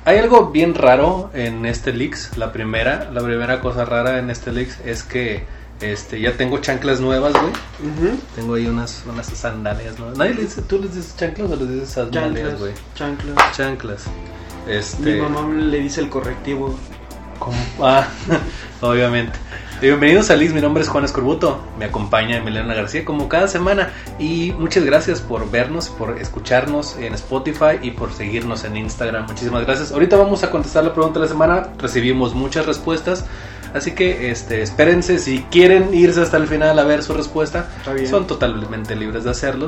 Hay algo bien raro en este Leaks. La primera cosa rara en este Leaks es que ya tengo chanclas nuevas, güey. Uh-huh. Tengo ahí unas sandalias nuevas. ¿Tú les dices chanclas o les dices sandalias, güey? Chanclas. Mi mamá le dice el correctivo. ¿Cómo? Obviamente. Bienvenidos a Leaks, mi nombre es Juan Escorbuto. Me acompaña Emiliano García como cada semana. Y muchas gracias por vernos, por escucharnos en Spotify y por seguirnos en Instagram. Muchísimas gracias. Ahorita vamos a contestar la pregunta de la semana. Recibimos muchas respuestas. Así que espérense, si quieren irse hasta el final a ver su respuesta, son totalmente libres de hacerlo.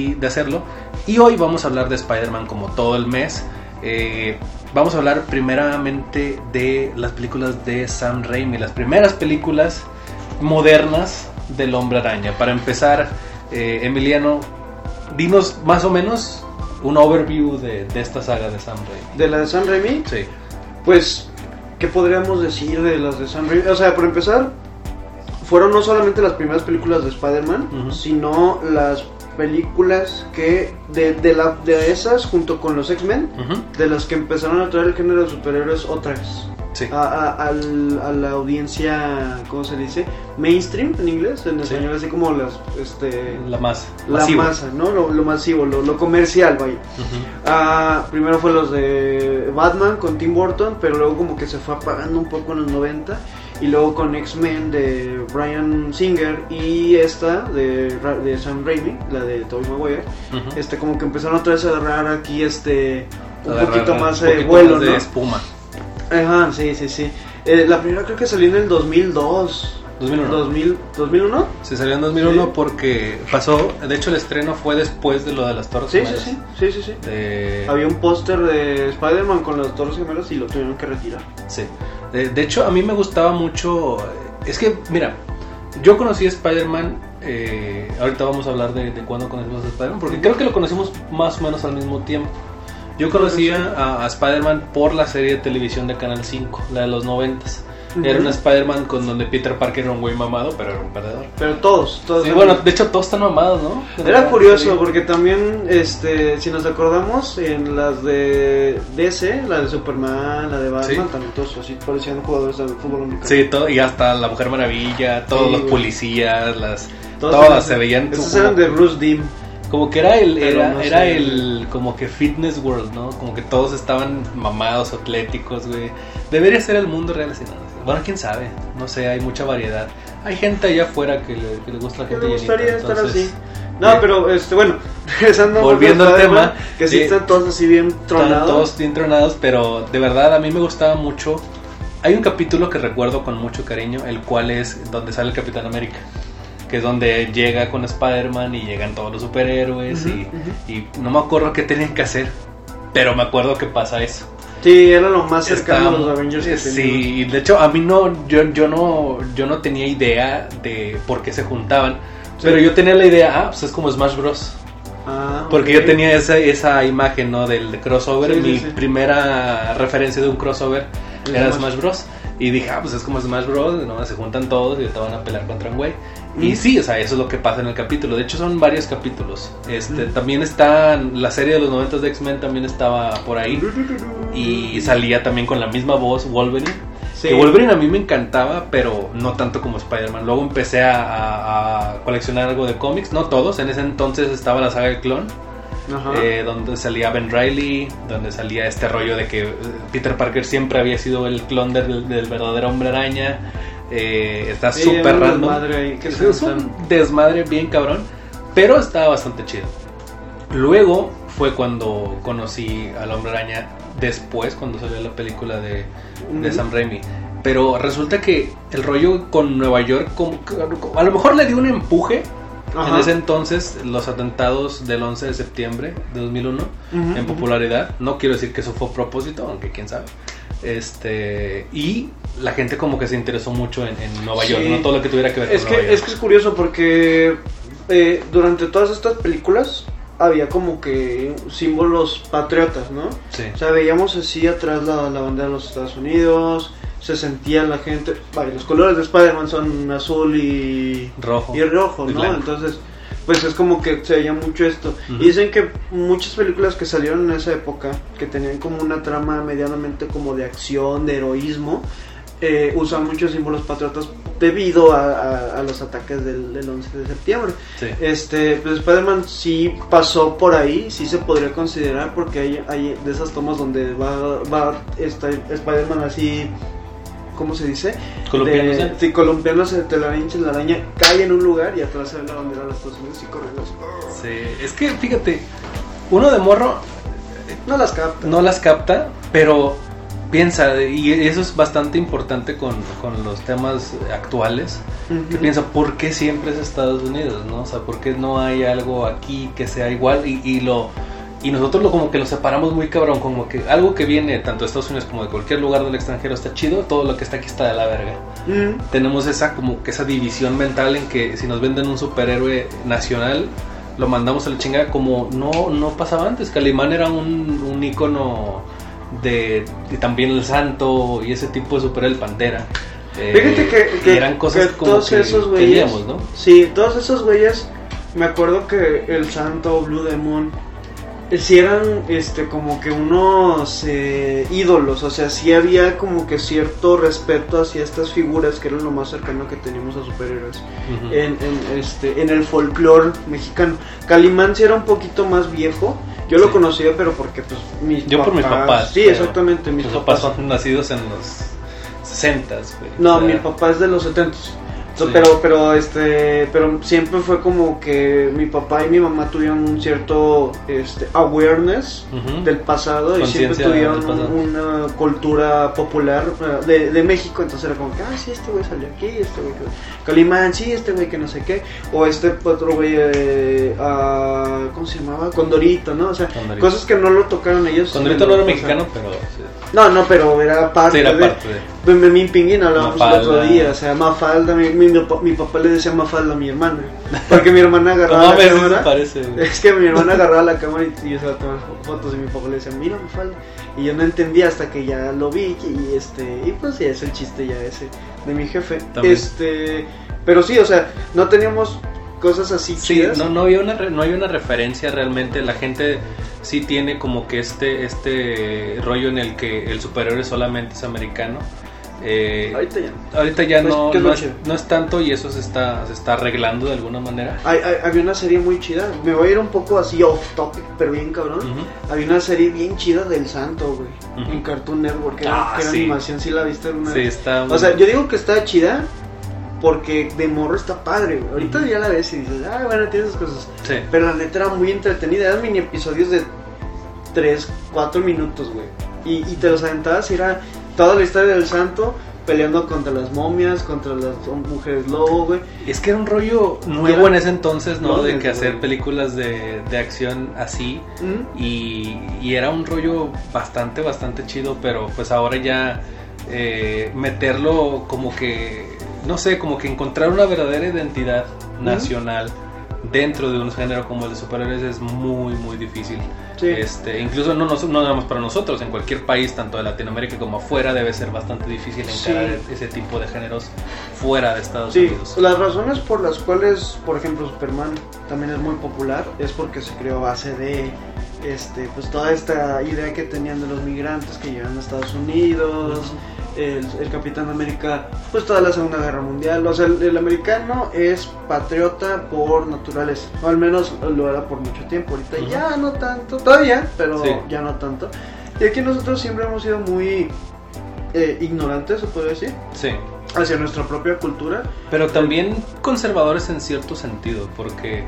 Y hoy vamos a hablar de Spider-Man como todo el mes. Vamos a hablar primeramente de las películas de Sam Raimi, las primeras películas modernas del Hombre Araña. Para empezar, Emiliano, dinos más o menos un overview de esta saga de Sam Raimi. ¿De la de Sam Raimi? Sí. Pues, ¿qué podríamos decir de las de Sam Raimi? O sea, por empezar, fueron no solamente las primeras películas de Spider-Man, uh-huh, sino las películas que de esas junto con los X-Men, uh-huh, de las que empezaron a traer el género de superhéroes otra vez, sí, a la audiencia, ¿cómo se dice? Mainstream en inglés, en español, sí, así como la masa, ¿no? Lo masivo, lo comercial, vaya. Uh-huh. Primero fue los de Batman con Tim Burton, pero luego como que se fue apagando un poco en los 90. Y luego con X-Men de Bryan Singer y esta de Sam Raimi, la de Tobey Maguire, uh-huh, como que empezaron otra vez a agarrar aquí un poquito más vuelo, más de, ¿no? Espuma. Ajá, sí. La primera creo que salió en el 2002. 2001. Se salió en 2001, sí, porque pasó, de hecho el estreno fue después de lo de las Torres Gemelas. Sí. Había un póster de Spider-Man con las Torres Gemelas y lo tuvieron que retirar. Sí. De hecho a mí me gustaba mucho. Es que, mira, yo conocí a Spider-Man. Ahorita vamos a hablar de cuándo conocimos a Spider-Man, porque creo que lo conocimos más o menos al mismo tiempo. Yo conocía a Spider-Man por la serie de televisión de Canal 5, la de los 90s. Era un Spider-Man con donde Peter Parker era un güey mamado, pero era un perdedor. Pero todos. Sí, bueno, de hecho todos están mamados, ¿no? Era curioso porque también, si nos acordamos, en las de DC, la de Superman, la de Batman, sí, también todos así parecían jugadores de fútbol americano. Sí, y hasta la Mujer Maravilla, todos los policías, todas se veían. Esos eran de Bruce Timm. Como que era el como que fitness world, ¿no? Como que todos estaban mamados, atléticos, güey. Debería ser el mundo real así, ¿no? Bueno, quién sabe, no sé, hay mucha variedad. Hay gente allá afuera que le gusta la gente. Me gustaría estar así. No, pero bueno, regresando, volviendo al tema, que sí están todos así bien tronados. Están todos bien tronados, pero de verdad a mí me gustaba mucho. Hay un capítulo que recuerdo con mucho cariño, el cual es donde sale el Capitán América, que es donde llega con Spider-Man y llegan todos los superhéroes, uh-huh, y no me acuerdo qué tenían que hacer, pero me acuerdo que pasa eso. Sí, era lo más cercano a los Avengers que teníamos. Sí, de hecho a mí yo no tenía idea de por qué se juntaban, sí, pero yo tenía la idea, pues es como Smash Bros. Porque yo tenía esa imagen, ¿no? del crossover, sí, mi primera referencia de un crossover era Smash Bros. Y dije, pues es como Smash Bros, ¿no? Se juntan todos y te van a pelear contra un güey. Y sí, o sea, eso es lo que pasa en el capítulo. De hecho son varios capítulos. También está la serie de los 90 de X-Men, también estaba por ahí. Y salía también con la misma voz Wolverine. Sí. Que Wolverine a mí me encantaba, pero no tanto como Spider-Man. Luego empecé a coleccionar algo de cómics, no todos. En ese entonces estaba la saga del clon, donde salía Ben Reilly, donde salía este rollo de que Peter Parker siempre había sido el clon del verdadero Hombre Araña. Está súper random. Es un desmadre bien cabrón, pero estaba bastante chido. Luego fue cuando conocí al Hombre Araña, después cuando salió la película de Sam Raimi. Pero resulta que el rollo con Nueva York a lo mejor le dio un empuje. Ajá. En ese entonces, los atentados del 11 de septiembre de 2001, en popularidad. No quiero decir que eso fue a propósito, aunque quién sabe. Y la gente como que se interesó mucho en Nueva York, no todo lo que tuviera que ver con Nueva York. Es que es curioso porque durante todas estas películas había como que símbolos patriotas, ¿no? Sí. O sea, veíamos así atrás la bandera de los Estados Unidos, se sentía la gente, vale, los colores de Spider-Man son azul y rojo, ¿no? Entonces pues es como que se veía mucho esto. Y dicen que muchas películas que salieron en esa época, que tenían como una trama medianamente como de acción, de heroísmo, usan muchos símbolos patriotas debido a los ataques del 11 de septiembre. Sí. Pues Spider-Man sí pasó por ahí, sí se podría considerar, porque hay de esas tomas donde va Spider-Man así, ¿cómo se dice? Columpiándose. Sí, columpiándose de la araña, cae en un lugar y atrás se ve la bandera de los Estados Unidos y corre. Sí, es que fíjate, uno de morro no las capta, pero piensa, y eso es bastante importante con los temas actuales, que piensa, ¿por qué siempre es Estados Unidos? ¿No? O sea, ¿por qué no hay algo aquí que sea igual? Y nosotros como que lo separamos muy cabrón, como que algo que viene tanto de Estados Unidos como de cualquier lugar del extranjero está chido, todo lo que está aquí está de la verga. Tenemos esa división mental en que si nos venden un superhéroe nacional, lo mandamos a la chingada, como no pasaba antes. Calimán era un ícono y también el Santo y ese tipo de superhéroe, el Pantera. Fíjate que eran cosas como todos que esos güeyes, teníamos, ¿no? Sí, todos esos güeyes, me acuerdo que el Santo, Blue Demon, sí eran como que unos ídolos, o sea, sí había como que cierto respeto hacia estas figuras que eran lo más cercano que teníamos a superhéroes en el folclore mexicano. Calimán sí era un poquito más viejo. Yo lo conocía, pero porque pues por mis papás. Sí, exactamente, mis papás son nacidos en los 60s, güey. No, mi papá es de los 70s. Sí. Pero siempre fue como que mi papá y mi mamá tuvieron un cierto awareness del pasado, y siempre tuvieron una cultura popular de México. Entonces era como que, sí, este güey salió aquí, este güey Calimán, sí, este güey que no sé qué, o otro güey, ¿cómo se llamaba? Condorito, ¿no? O sea, Condorito. Cosas que no lo tocaron ellos. Condorito no era mexicano, pero sí. No, pero era parte, de Memín Pinguín, hablábamos el otro día, o sea, Mafalda, mi papá le decía Mafalda a mi hermana, porque mi hermana agarraba la cámara, es que mi hermana agarraba la cámara y yo se la tomaba fotos y mi papá le decía, mira Mafalda, y yo no entendía hasta que ya lo vi, y pues ya es el chiste ya ese de mi jefe. También. Pero sí, o sea, no teníamos cosas así chidas. No hay una referencia realmente. La gente sí tiene como que este rollo en el que el superhéroe solamente es americano. Ahorita ya no es tanto, y eso se está arreglando de alguna manera. Había una serie muy chida, me voy a ir un poco así off topic, pero bien cabrón. Había una serie bien chida del Santo, güey, en Cartoon Network, que era animación. ¿Sí la viste alguna vez? Sí, está muy... O sea, yo digo que está chida porque de morro está padre, güey. Ahorita ya la ves y dices, bueno, tiene esas cosas. Sí. Pero la neta era muy entretenida, eran mini episodios de 3-4 minutos, güey. Y te los aventabas y era toda la historia del Santo peleando contra las momias, contra las mujeres lobo, güey. Es que era un rollo nuevo en ese entonces, ¿no? De que hacer películas de acción así. Y era un rollo bastante chido, pero pues ahora ya meterlo como que, no sé, como que encontrar una verdadera identidad nacional dentro de un género como el de superhéroes es muy difícil. Sí. Incluso no nada más para nosotros, en cualquier país, tanto de Latinoamérica como afuera, debe ser bastante difícil encarar ese tipo de géneros fuera de Estados Unidos. Las razones por las cuales, por ejemplo, Superman también es muy popular es porque se creó a base de pues toda esta idea que tenían de los migrantes que llegan a Estados Unidos. El Capitán América, pues toda la Segunda Guerra Mundial. O sea, el americano es patriota por naturaleza, o al menos lo era por mucho tiempo. Ahorita ya no tanto, todavía, pero ya no tanto. Y aquí nosotros siempre hemos sido muy ignorantes, se puede decir, hacia nuestra propia cultura, pero también conservadores en cierto sentido, porque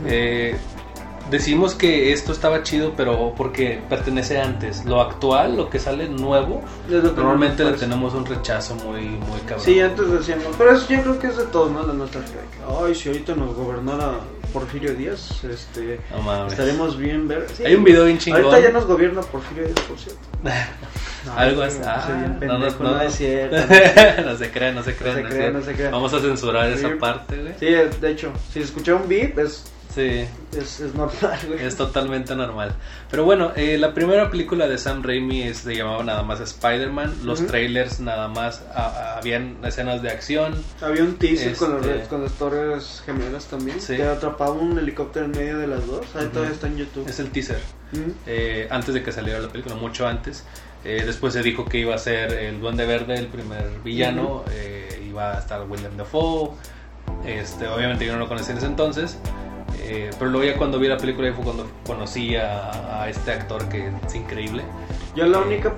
decimos que esto estaba chido, pero porque pertenece antes. Lo actual, lo que sale nuevo, normalmente le tenemos un rechazo muy cabrón. Sí, antes decíamos, pero eso yo creo que es de todos, ¿no? La nostalgia. Ay, si ahorita nos gobernara Porfirio Díaz, estaremos bien ver. Sí, hay un video bien chingón. Ahorita ya nos gobierna Porfirio Díaz, por cierto. Algo así. No es cierto. No se crean. Vamos a censurar esa parte, güey. Sí, de hecho, si escuché un beep es Sí. Es normal, güey. Es totalmente normal. Pero bueno, la primera película de Sam Raimi se llamaba nada más Spider-Man. Los trailers nada más habían escenas de acción. Había un teaser con las torres gemelas también. Sí. Que atrapaba un helicóptero en medio de las dos. Ahí todavía está en YouTube. Es el teaser. Antes de que saliera la película, mucho antes. Después se dijo que iba a ser el Duende Verde, el primer villano. Iba a estar Willem Dafoe. Obviamente yo no lo conocía en ese entonces. Pero luego ya cuando vi la película fue cuando conocí a este actor que es increíble. Yo la única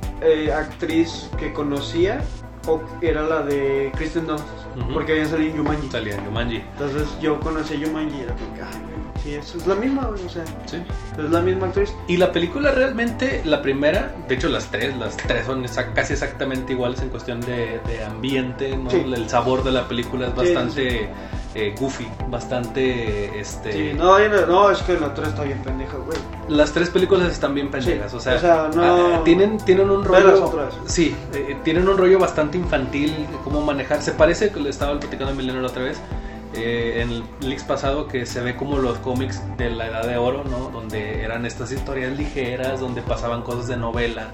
actriz que conocía era la de Kristen Dunst, porque había salido en Jumanji. Salía en Jumanji. Entonces yo conocí a Jumanji y era como que, sí, es la misma, o sea, sí. Es la misma actriz. Y la película realmente, la primera, de hecho las tres son casi exactamente iguales en cuestión de ambiente, ¿no? Sí. El sabor de la película es bastante goofy, bastante Sí, no, es que la 3 está bien pendeja, güey. Las tres películas están bien pendejas, sí. o sea no... tienen un rollo. Sí, tienen un rollo bastante infantil, cómo manejar. Se parece que le estaba platicando a Milena la otra vez. En el Leaks pasado, que se ve como los cómics de la Edad de Oro, ¿no? Donde eran estas historias ligeras, donde pasaban cosas de novela,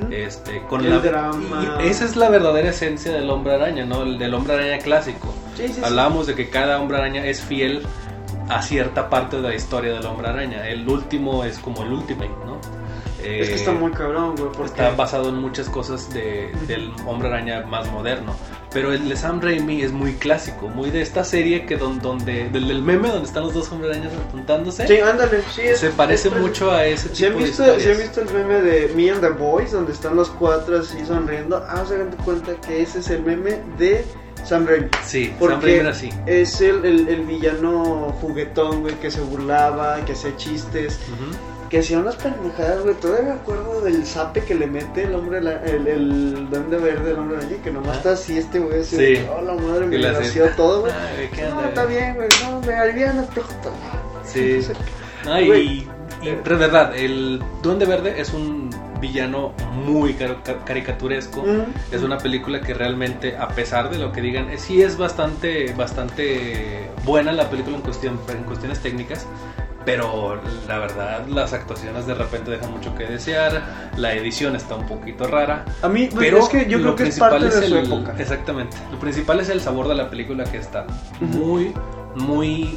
con el drama. Y esa es la verdadera esencia del Hombre Araña, ¿no? El del Hombre Araña clásico. Sí. Hablábamos de que cada Hombre Araña es fiel a cierta parte de la historia del Hombre Araña. El último es como el Ultimate, ¿no? Es que está muy cabrón, güey. Porque está basado en muchas cosas del Hombre Araña más moderno. Pero el de Sam Raimi es muy clásico, muy de esta serie que del meme donde están los dos Hombre Arañas apuntándose. Sí, ándale, sí. Se parece mucho a ese tipo de historias. ¿Sí han visto el meme de Me and the Boys, donde están los cuatro así sonriendo? Se dan cuenta que ese es el meme de Sam Raimi. Sí, porque Sam Raimi era así. Es el villano juguetón, güey, que se burlaba, que hacía chistes. Que hacía unas pendejadas, güey. Todavía me acuerdo del zape que le mete el Duende Verde, el Hombre Araña, que nomás está así güey, así. Sí. La madre me nació todo, güey. No, está bien, güey. No, me aliviánate. Sí. Y de verdad, el Duende Verde es un villano muy caricaturesco. Es una película que realmente, a pesar de lo que digan, sí es bastante buena la película en cuestiones técnicas. Pero la verdad, las actuaciones de repente dejan mucho que desear. La edición está un poquito rara. A mí, pero es que yo creo que es parte de su época. Exactamente. Lo principal es el sabor de la película, que está muy, muy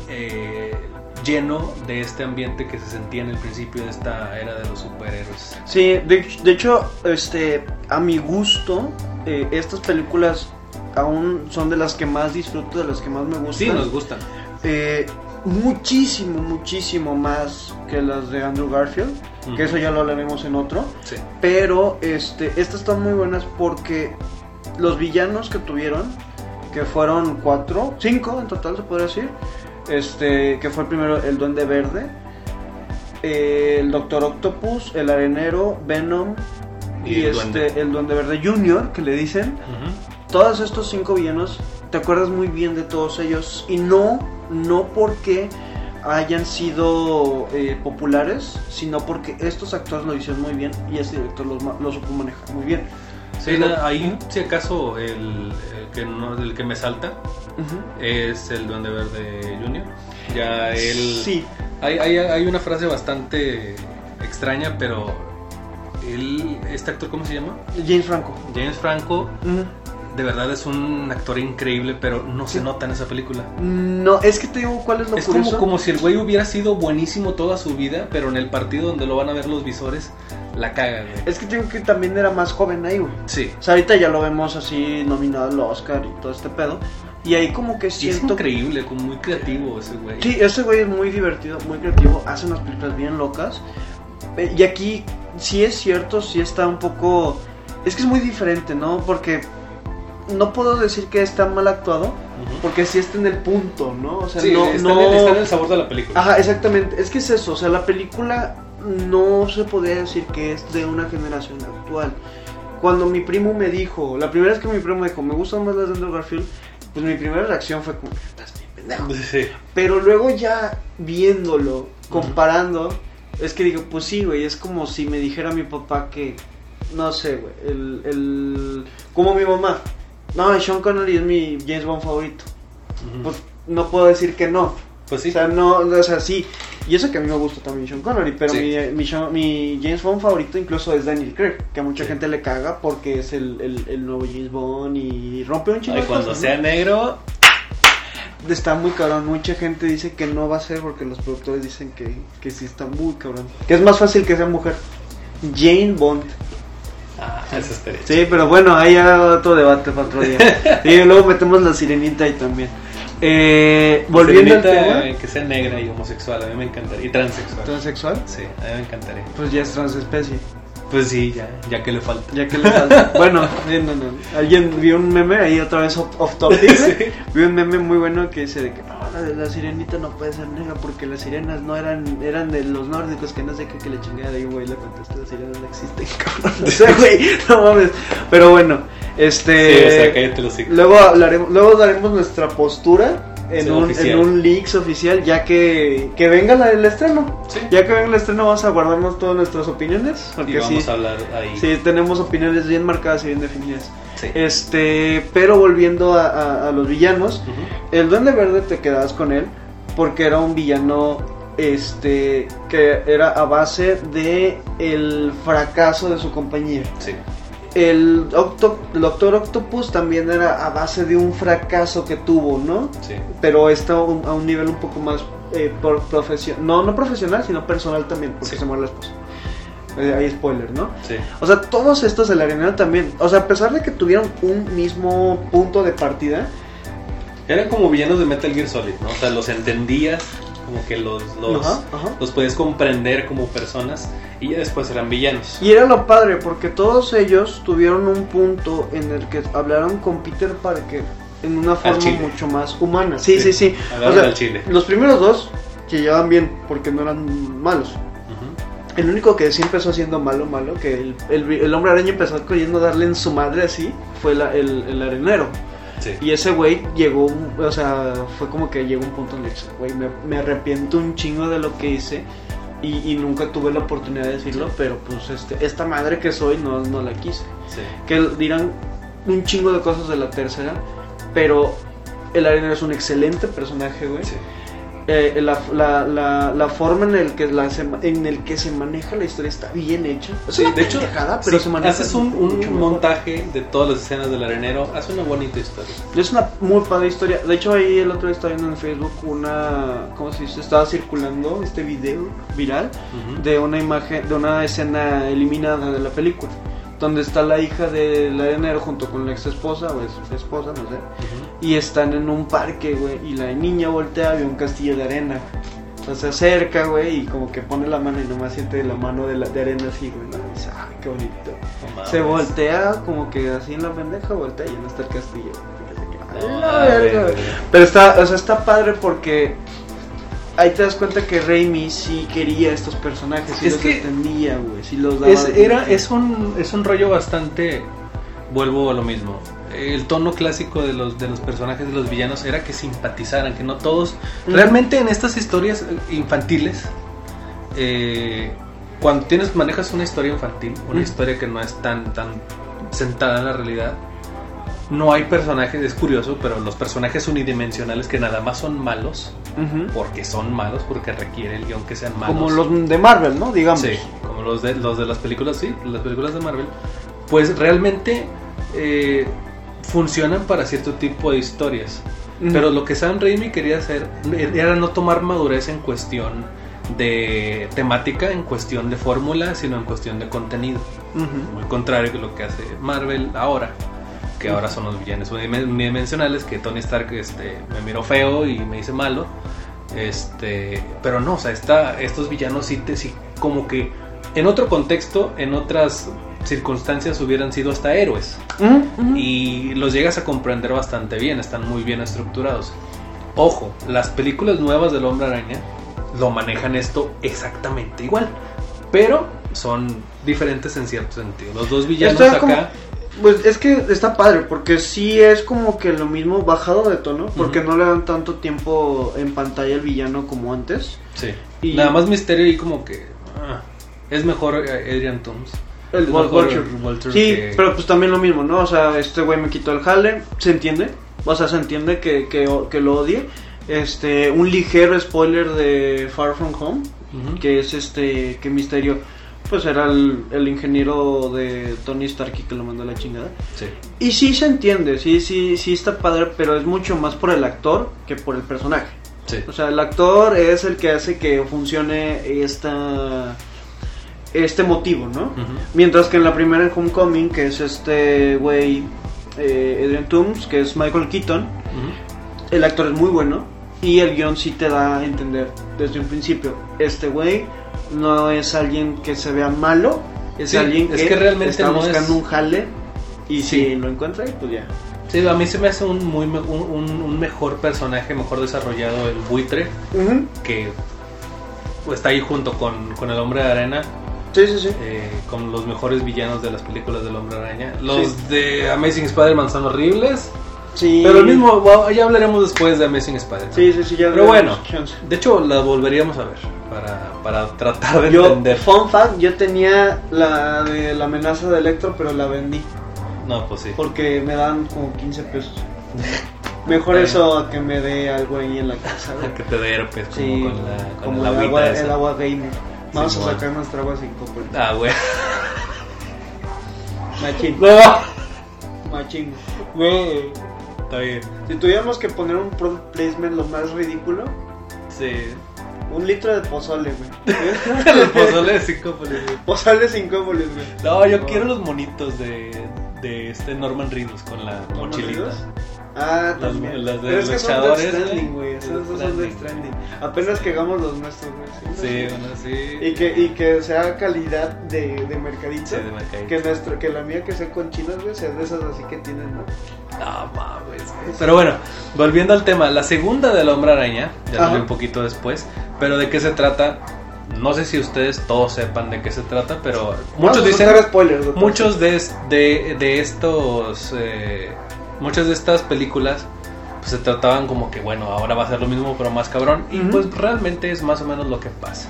lleno de este ambiente que se sentía en el principio de esta era de los superhéroes. Sí, de hecho, a mi gusto, estas películas aún son de las que más disfruto, de las que más me gustan. Sí, nos gustan. Muchísimo más que las de Andrew Garfield, que eso ya lo hablaremos en otro. Sí. Pero estas están muy buenas porque los villanos que tuvieron, que fueron 5 en total se podría decir, que fue el primero el Duende Verde, el Doctor Octopus, el Arenero, Venom y el Duende Verde Junior, que le dicen. Todos estos 5 villanos, te acuerdas muy bien de todos ellos, y no porque hayan sido populares, sino porque estos actores lo hicieron muy bien y este director lo supo manejar muy bien. Sí, ahí si acaso el que me salta es el Duende Verde Junior. Ya él. Sí. Hay una frase bastante extraña, pero este actor, ¿cómo se llama? James Franco. De verdad es un actor increíble, pero no se nota en esa película. No, es que te digo cuál es lo curioso. Es como si el güey hubiera sido buenísimo toda su vida, pero en el partido donde lo van a ver los visores, la caga, güey. Es que te digo que también era más joven ahí, güey. Sí. O sea, ahorita ya lo vemos así nominado al Oscar y todo este pedo. Y ahí como que siento... Es increíble, muy creativo ese güey. Sí, ese güey es muy divertido, muy creativo, hace unas películas bien locas. Y aquí sí es cierto, sí está un poco... Es que es muy diferente, ¿no? Porque... No puedo decir que está mal actuado, porque sí está en el punto, ¿no? O sea, sí, está en el sabor de la película. Ajá, exactamente. Es que es eso, o sea, la película no se podría decir que es de una generación actual. Cuando mi primo me dijo, la primera vez que mi primo me dijo, me gustan más las de Andrew Garfield, pues mi primera reacción fue como, estás bien pendejo. Sí. Pero luego ya viéndolo, comparando, es que digo, pues sí, güey, es como si me dijera mi papá que, no sé, güey, como mi mamá. No, Sean Connery es mi James Bond favorito. Pues no puedo decir que no. Pues sí. O sea, no, o sea, sí. Y eso que a mí me gusta también Sean Connery, pero sí. mi James Bond favorito incluso es Daniel Craig, que a mucha gente le caga porque es el nuevo James Bond y rompe un chingo de cuando cosas, sea negro... Está muy cabrón, mucha gente dice que no va a ser porque los productores dicen que sí está muy cabrón. Que es más fácil que sea mujer. Jane Bond. Eso estaría. Sí, pero bueno, ahí hay otro debate para otro día. Y luego metemos la sirenita ahí también. Volviendo al tema. Que sea negra y homosexual, a mí me encantaría. Y transexual. ¿Transexual? Sí, a mí me encantaría. Pues ya es transespecie. Pues sí, ya que le falta. Ya que le falta. Bueno, no. Alguien vio un meme ahí otra vez off topic. Sí. Vi un meme muy bueno que dice de que no, la sirenita no puede ser negra porque las sirenas no eran de los nórdicos, que no sé qué, que le chingada de ahí, güey, le contesté, las sirenas no existen, cabrón. O sea, güey, no mames. Pero bueno, Sí, o sea, cállate los hijos. Luego daremos nuestra postura en un leaks oficial, ya que venga el estreno. Sí. Ya que venga el estreno vamos a guardarnos todas nuestras opiniones, porque y vamos a hablar ahí. Sí, tenemos opiniones bien marcadas y bien definidas. Sí. Pero volviendo a los villanos, el Duende Verde te quedabas con él porque era un villano que era a base de el fracaso de su compañía. Sí. El Doctor Octopus también era a base de un fracaso que tuvo, ¿no? Sí. Pero está a un nivel un poco más profesional, no profesional, sino personal también, porque sí. se muere la esposa. Hay spoiler, ¿no? Sí. O sea, todos estos de la Arenero también, o sea, a pesar de que tuvieron un mismo punto de partida, eran como villanos de Metal Gear Solid, ¿no? O sea, los entendías, como que los podías comprender como personas y ya después eran villanos. Y era lo padre, porque todos ellos tuvieron un punto en el que hablaron con Peter Parker en una forma mucho más humana. Sí. O sea, al chile. Los primeros dos se llevaban bien porque no eran malos. El único que sí empezó siendo malo, que el Hombre Araña empezó queriendo darle en su madre así, fue el Arenero. Sí. Y ese güey llegó, o sea, fue como que llegó un punto en el que, güey, me arrepiento un chingo de lo que hice y nunca tuve la oportunidad de decirlo, pero pues esta madre que soy no la quise. Sí. Que dirán un chingo de cosas de la tercera, pero el Arenero es un excelente personaje, güey. Sí. La forma en el que se maneja la historia está bien hecha. Sí, de hecho, pero se maneja haces un montaje de todas las escenas del Arenero, hace una bonita historia. Es una muy padre historia. De hecho, ahí el otro día estaba viendo en Facebook ¿cómo se dice? Estaba circulando este video viral de una imagen, de una escena eliminada de la película, donde está la hija del Arenero junto con la ex esposa o esposa, no sé. Y están en un parque, güey, y la niña voltea y ve un castillo de arena. O sea, se acerca, güey, y como que pone la mano y nomás siente la mano de arena así, güey, ¿no? Y dice, ¡ay, qué bonito! No, se voltea como que así en la pendeja, voltea y ya no está el castillo. Pero está padre porque ahí te das cuenta que Raimi sí quería estos personajes, sí los entendía, güey, sí los daba. Es un rollo bastante, vuelvo a lo mismo. El tono clásico de los personajes de los villanos era que simpatizaran, que no todos. Realmente en estas historias infantiles, cuando manejas una historia infantil, una historia que no es tan sentada en la realidad, no hay personajes, es curioso, pero los personajes unidimensionales que nada más son malos, porque son malos, porque requiere el guión que sean malos. Como los de Marvel, ¿no? Digamos. Sí, como los de las películas, sí, las películas de Marvel. Pues realmente funcionan para cierto tipo de historias. Pero lo que Sam Raimi quería hacer era no tomar madurez en cuestión de temática, en cuestión de fórmula, sino en cuestión de contenido. Al contrario que lo que hace Marvel ahora, que ahora son los villanos unidimensionales, que Tony Stark me miró feo y me hice malo, pero no, o sea, estos villanos sí como que en otro contexto, en otras circunstancias hubieran sido hasta héroes, y los llegas a comprender bastante bien, están muy bien estructurados. Ojo, las películas nuevas del Hombre Araña lo manejan esto exactamente igual, pero son diferentes en cierto sentido. Los dos villanos acá pues es que está padre, porque sí es como que lo mismo bajado de tono, porque no le dan tanto tiempo en pantalla al villano como antes. Sí. Y nada más misterio y como que es mejor Adrian Toomes. El Vulture. Sí, pero pues también lo mismo, ¿no? O sea, este güey me quitó el jale, se entiende. O sea, se entiende que lo odie, un ligero spoiler de Far From Home, que es que Misterio pues era el ingeniero de Tony Stark y que lo mandó a la chingada. Sí. Y sí se entiende, sí está padre, pero es mucho más por el actor que por el personaje. Sí. O sea, el actor es el que hace que funcione este motivo, ¿no? Mientras que en la primera, en Homecoming, que es Adrian Toomes, que es Michael Keaton, el actor es muy bueno y el guión sí te da a entender desde un principio, este güey no es alguien que se vea malo, es alguien que realmente está buscando un jale y si lo encuentra, pues ya. Sí, a mí se me hace un mejor personaje, mejor desarrollado el buitre, que está ahí junto con el Hombre de Arena. Sí. Con los mejores villanos de las películas del Hombre Araña. Los de Amazing Spider-Man son horribles. Sí. Pero el mismo, ya hablaremos después de Amazing Spider-Man. Sí, ya. Pero bueno, de hecho la volveríamos a ver para tratar de entender. Fun fact, yo tenía la de la amenaza de Electro, pero la vendí. No, pues sí. Porque me dan como 15 pesos. Mejor eso a que me dé algo ahí en la casa. Que te dé herpes, sí, como el agua gamer. Vamos a sacar nuestra agua sin copo. Güey. Machín. Machín. Güey. Está bien. Si tuviéramos que poner un product placement lo más ridículo. Sí. 1 litro de pozole, güey. El pozole de Cincópolis, güey. Pozole Cincópolis, güey. No, yo quiero los monitos de Norman Reedus con la mochilita. También. Las de pero es que son luchadores, Death Stranding, güey. Esos son Death Stranding. Apenas que hagamos los nuestros, güey. Sí, bueno, sí. Y que sea calidad de mercadito. Sí, de mercadito. Que la mía que sea con chinas, güey, sea de esas así que tienen, ¿no? No, mames. Pero bueno, volviendo al tema, la segunda del Hombre Araña, ya salió un poquito después, pero ¿de qué se trata? No sé si ustedes todos sepan de qué se trata, pero muchos dicen, spoilers, muchos de estos muchas de estas películas pues se trataban como que bueno, ahora va a ser lo mismo pero más cabrón, y pues realmente es más o menos lo que pasa.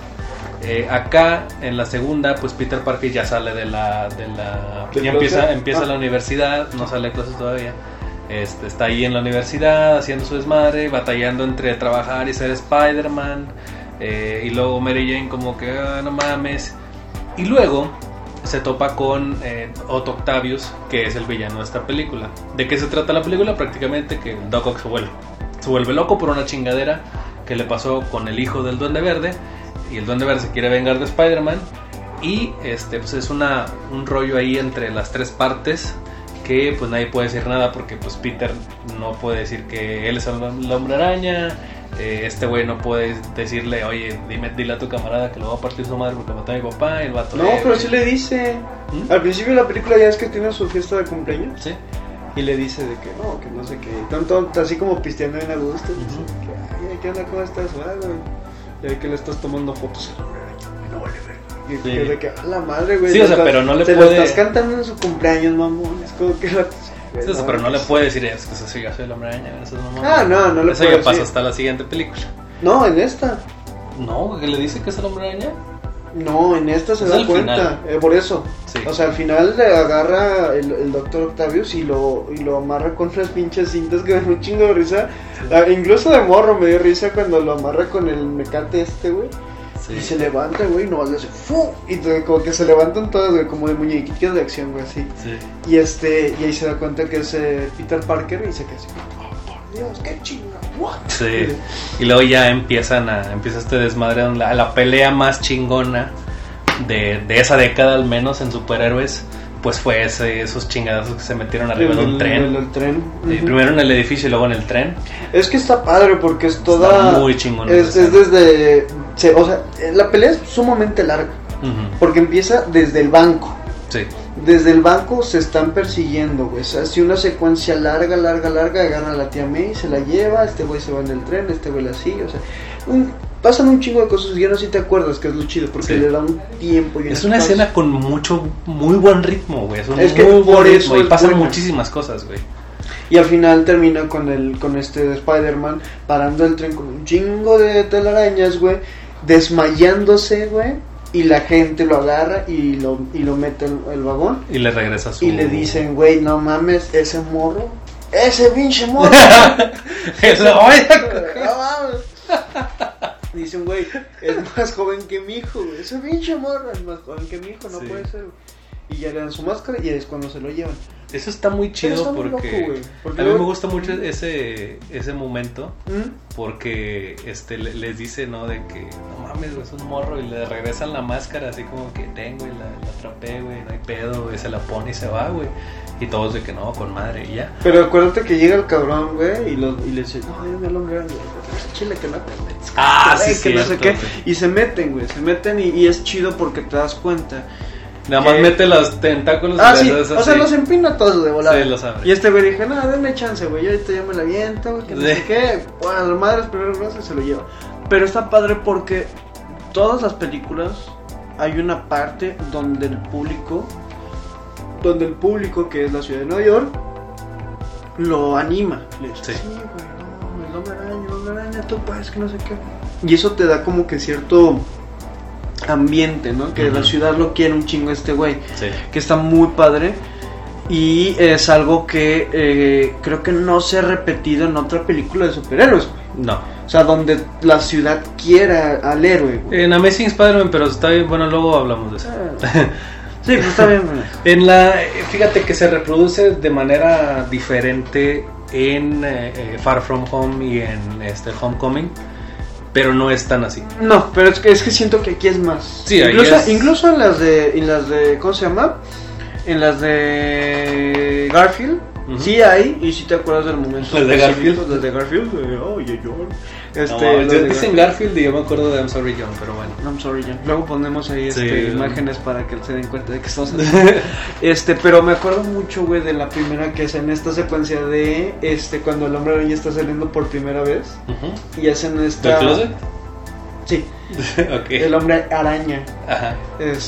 Acá en la segunda pues Peter Parker ya sale de la ya empieza la universidad, no sale a clases todavía. Está ahí en la universidad haciendo su desmadre, batallando entre trabajar y ser Spider-Man, y luego Mary Jane como que no mames, y luego se topa con Otto Octavius, que es el villano de esta película. ¿De qué se trata la película? Prácticamente que Doc Ock se vuelve loco por una chingadera que le pasó con el hijo del Duende Verde, y el Duende Verde se quiere vengar de Spider-Man, y pues es un rollo ahí entre las tres partes que pues nadie puede decir nada porque pues Peter no puede decir que él es el Hombre Araña. Este güey no puede decirle, oye, dile a tu camarada que lo va a partir su madre porque mató a mi papá, y el vato pero sí le dice. Al principio de la película ya es que tiene su fiesta de cumpleaños. Sí. Y le dice de que no sé qué. Tanto así como pisteando en a gusto. Ay, ¿qué onda? ¿Cómo estás? Y ahí que le estás tomando fotos. No vale ver. Y sí. De que a la madre, güey. Sí, o sea, pero no le puede. Te lo estás cantando en su cumpleaños, mamón. Es como que sí, pero no le puede decir eso, que soy el Hombre Araña. No le eso ya pasa hasta la siguiente película. No, en esta. No, que le dice que es el Hombre Araña. No, en esta se da cuenta, por eso. Sí. O sea, al final le agarra el Dr. Octavius y lo amarra con unas pinches cintas que me dio un chingo de risa. Sí. Incluso de morro me dio risa cuando lo amarra con el mecate güey. Sí. Y se levanta, güey, y nomás le hace ¡fu! Y como que se levantan todas, güey, como de muñequitos de acción, güey, así. Sí. Y ahí se da cuenta que es Peter Parker y se queda así, oh, por Dios, qué chinga, what? Sí. Y luego ya empieza este desmadre, la pelea más chingona de esa década, al menos en superhéroes, pues fue esos chingadazos que se metieron arriba de un tren. El tren. Primero en el edificio y luego en el tren. Es que está padre porque es toda... Está muy chingón. Es desde... o sea, la pelea es sumamente larga. Porque empieza desde el banco. Sí. Desde el banco se están persiguiendo, güey. O sea, así una secuencia larga. Agarran a la tía May, se la lleva. Este güey se va en el tren, este güey la sigue. O sea, pasan un chingo de cosas y ya no sé si te acuerdas, que es lo chido, porque le da un tiempo y es una escena con muy buen ritmo, güey. Es que muy por eso y pasan muchísimas cosas, güey. Y al final termina con este Spider-Man parando el tren con un chingo de telarañas, güey, desmayándose, güey, y la gente lo agarra y lo mete en el vagón y le regresa su... y le dicen, güey, no mames, ese pinche morro. Dice un güey, es más joven que mi hijo, güey. Ese pinche morro es más joven que mi hijo, no puede ser, güey. Y ya le dan su máscara y es cuando se lo llevan. Eso está muy chido está muy porque, loco, porque a mí me gusta mucho ese momento porque les dice, ¿no? De que no mames, güey, es un morro, y le regresan la máscara así como que tengo y la atrapé, güey, no hay pedo, güey, se la pone y se va, güey. Y todos de que no, con madre, y ya. Pero acuérdate que llega el cabrón, güey, y le dice, no, dime el hombre, chile que no te metes. Sí, que no sé qué. Y se meten, güey, y es chido porque te das cuenta. Nada más mete los tentáculos. Sí, o sea, los empina todos de volada. Sí, los abre. Y este güey dije, no, denme chance, güey, yo ahorita ya me la aviento, güey, que no sé qué. Bueno, la madre primero brazo y se lo lleva. Pero está padre porque todas las películas hay una parte donde el público, que es la ciudad de Nueva York, lo anima. Le dice, sí, güey, no, el hombre araña, tú puedes, que no sé qué. Y eso te da como que cierto ambiente, ¿no? Que la ciudad lo quiere un chingo este güey. Sí. Que está muy padre. Y es algo que creo que no se ha repetido en otra película de superhéroes, güey. No. O sea, donde la ciudad quiera al héroe, güey. En Amazing Spider-Man, pero está bien, bueno, luego hablamos de eso. Sí, pues está bien, güey. Fíjate que se reproduce de manera diferente en Far From Home y en Homecoming. Pero no es tan así. No, pero es que siento que aquí es más. Sí, incluso en las de ¿cómo se llama? En las de Garfield, sí hay, y si te acuerdas del momento. ¿Las de Garfield? Las de Garfield, oye, John. Dicen Garfield y yo me acuerdo de I'm Sorry John, pero bueno. I'm Sorry John. Luego ponemos ahí imágenes para que se den cuenta de que estamos pero me acuerdo mucho, güey, de la primera que es en esta secuencia de cuando el hombre araña está saliendo por primera vez y hacen esta. ¿Del closet? Sí. Okay. El hombre araña. Ajá.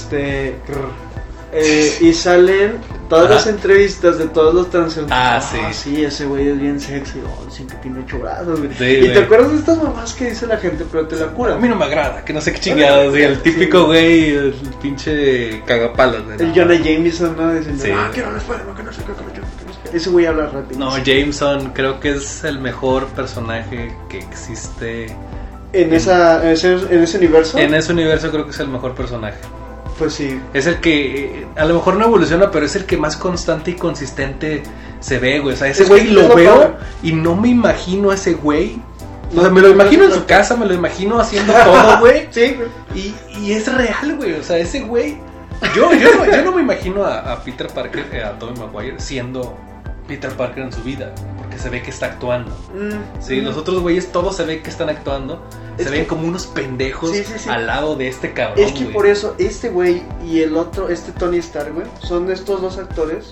Y salen todas las entrevistas de todos los transeúntes. Sí, ese güey es bien sexy. Dicen que tiene 8 brazos, güey. Sí, y te acuerdas de estas mamás que dice la gente, pero te la cura. A mí no me agrada, que no sé qué chingados. El típico güey, el pinche cagapalos. El Jonah Jameson, ¿no? Diciendo, que no les puede, que no sé qué. Ese güey habla rápido. No, Jameson creo que es el mejor personaje que existe en ese universo. En ese universo creo que es el mejor personaje. Pues sí. Es el que, a lo mejor no evoluciona, pero es el que más constante y consistente se ve, güey. O sea, ese güey lo veo y no me imagino a ese güey. O sea, me lo imagino en su casa, me lo imagino haciendo todo, güey. Sí, güey. Y es real, güey. O sea, ese güey. Yo no me imagino a Peter Parker, a Tobey Maguire, siendo Peter Parker en su vida, porque se ve que está actuando. Sí, los otros güeyes todos se ve que están actuando. Se ven como unos pendejos al lado de este cabrón. Es que por eso este güey y el otro, Tony Stark, güey, son estos dos actores.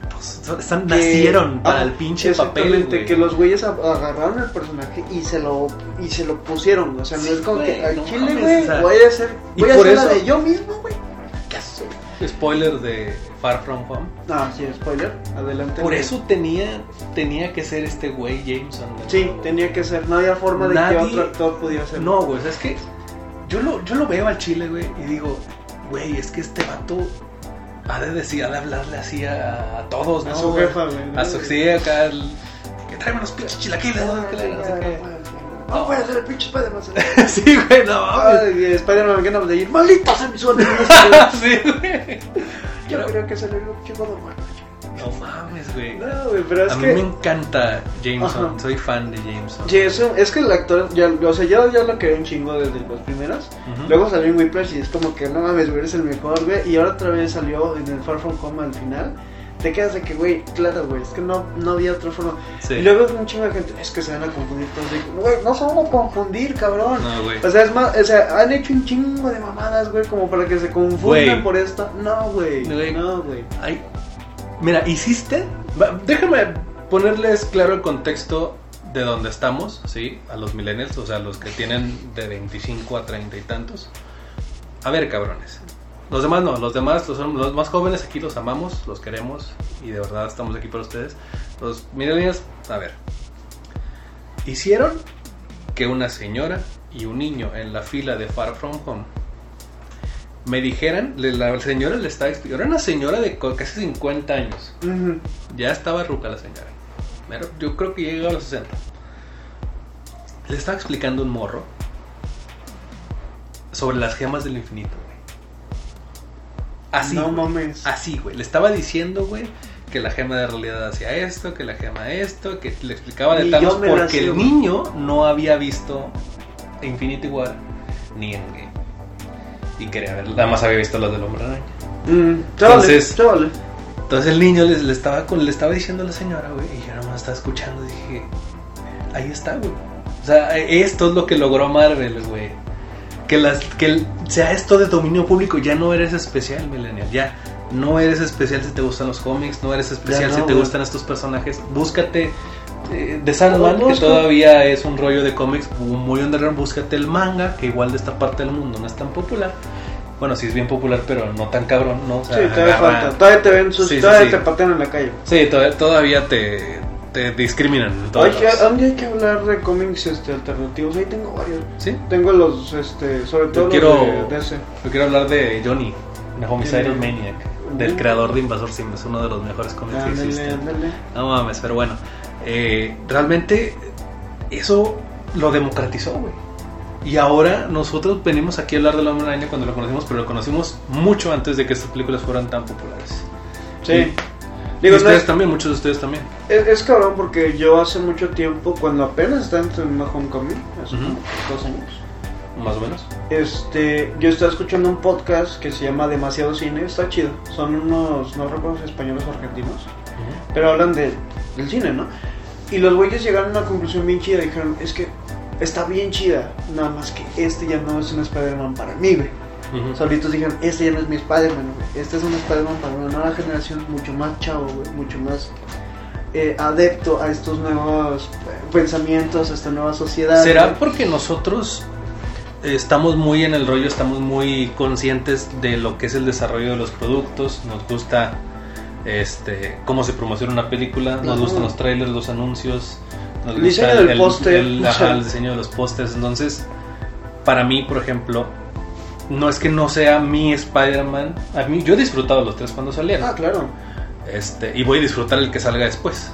Nacieron para el pinche papel, güey. Que los güeyes agarraron el personaje y se lo pusieron. O sea, no es como que al chile, güey, voy a hacer la de yo mismo, güey. ¿Qué haces? Spoiler de Far From Home. Sí, spoiler. Adelante. Por eso tenía que ser este güey Jameson. Sí, tenía que ser. No había forma de que otro actor pudiera ser. No, güey, es que yo lo veo al chile, güey, y digo, güey, es que este vato ha de hablarle así a todos, ¿no? A su jefa, güey. A su acá, que tráeme los pinches chilaquiles, ¿no? No voy a hacer el pinche Spider-Man. Sí, güey, no mames. Spider-Man, ganas de ir. ¡Malditos en mi suerte! Sí, güey. Yo creo que se le dio chico de muerto. No mames, güey. No, güey, pero a mí me encanta Jameson. Soy fan de Jameson. Sí, es que el actor, yo lo quería un chingo desde las primeras. Luego salió en Whiplash y es como que no mames, güey, eres el mejor, güey. Y ahora otra vez salió en el Far From Home al final. Te quedas de que, güey, claro, güey, es que no había otra forma. Sí. Y luego es un chingo de gente, es que se van a confundir todos. Güey, no se van a confundir, cabrón. No, güey. O sea, es más, han hecho un chingo de mamadas, güey, como para que se confundan por esto. No, güey. Ay, mira, hiciste. Déjame ponerles claro el contexto de donde estamos, ¿sí? A los millennials, o sea, los que tienen de 25 a 30 y tantos. A ver, cabrones. Los demás no, los más jóvenes aquí los amamos, los queremos y de verdad estamos aquí para ustedes. Los millennials, a ver, hicieron que una señora y un niño en la fila de Far From Home me dijeran, la señora le estaba explicando, era una señora de casi 50 años, ya estaba ruca la señora, yo creo que llegó a los 60, le estaba explicando un morro sobre las gemas del infinito, güey. Así, no güey. mames. Así, güey. Le estaba diciendo, güey, que la gema de realidad hacía esto, que la gema esto, que le explicaba de Thanos porque el niño no había visto Infinity War ni Endgame. Y quería ver, nada más había visto las del Hombre Araña. Entonces el niño le estaba diciendo a la señora, güey, y yo nomás estaba escuchando y dije, ahí está, güey. O sea, esto es lo que logró Marvel, güey. Que sea esto de dominio público. Ya no eres especial, millennial. Ya no eres especial si te gustan los cómics. No eres especial si te gustan estos personajes. Búscate de Sandman, que todavía es un rollo de cómics muy underground. Búscate el manga, que igual de esta parte del mundo no es tan popular. Bueno, sí es bien popular, pero no tan cabrón, ¿no? O sea, sí, todavía falta. Todavía te ven todavía te patean en la calle. Sí, todavía te discriminan. Oye, ¿a dónde hay que hablar de cómics alternativos? Ahí tengo varios. ¿Sí? Tengo los, sobre todo los de DC. Yo quiero hablar de Johnny, The Homicidal Maniac, del creador de Invasor Sim. Es uno de los mejores cómics que existen. No mames, pero bueno. Realmente eso lo democratizó, güey. Y ahora nosotros venimos aquí a hablar del Hombre Araña cuando lo conocimos, pero lo conocimos mucho antes de que estas películas fueran tan populares. Sí. Y ustedes también, muchos de ustedes también. Es cabrón porque yo hace mucho tiempo, cuando apenas estaba en Homecoming, hace como 2 años. Más o menos. Yo estaba escuchando un podcast que se llama Demasiado Cine, está chido. Son unos, no recuerdo si españoles o argentinos, pero hablan del cine, ¿no? Y los güeyes llegaron a una conclusión bien chida, dijeron, es que está bien chida, nada más que ya no es un Spider-Man para mí, güey. Solitos dijeron, ya no es mi Spider-Man, güey. Este es un Spider-Man para una nueva generación, mucho más chavo, güey, mucho más adepto a estos nuevos pensamientos, a esta nueva sociedad. ¿Será porque nosotros estamos muy en el rollo, estamos muy conscientes de lo que es el desarrollo de los productos? Nos gusta cómo se promociona una película, nos gustan los trailers, los anuncios, nos el diseño del póster, el diseño de los pósters. Entonces, para mí, por ejemplo, no es que no sea mi Spider-Man. A mí, yo he disfrutado los 3 cuando salieron. Ah, claro. Y voy a disfrutar el que salga después.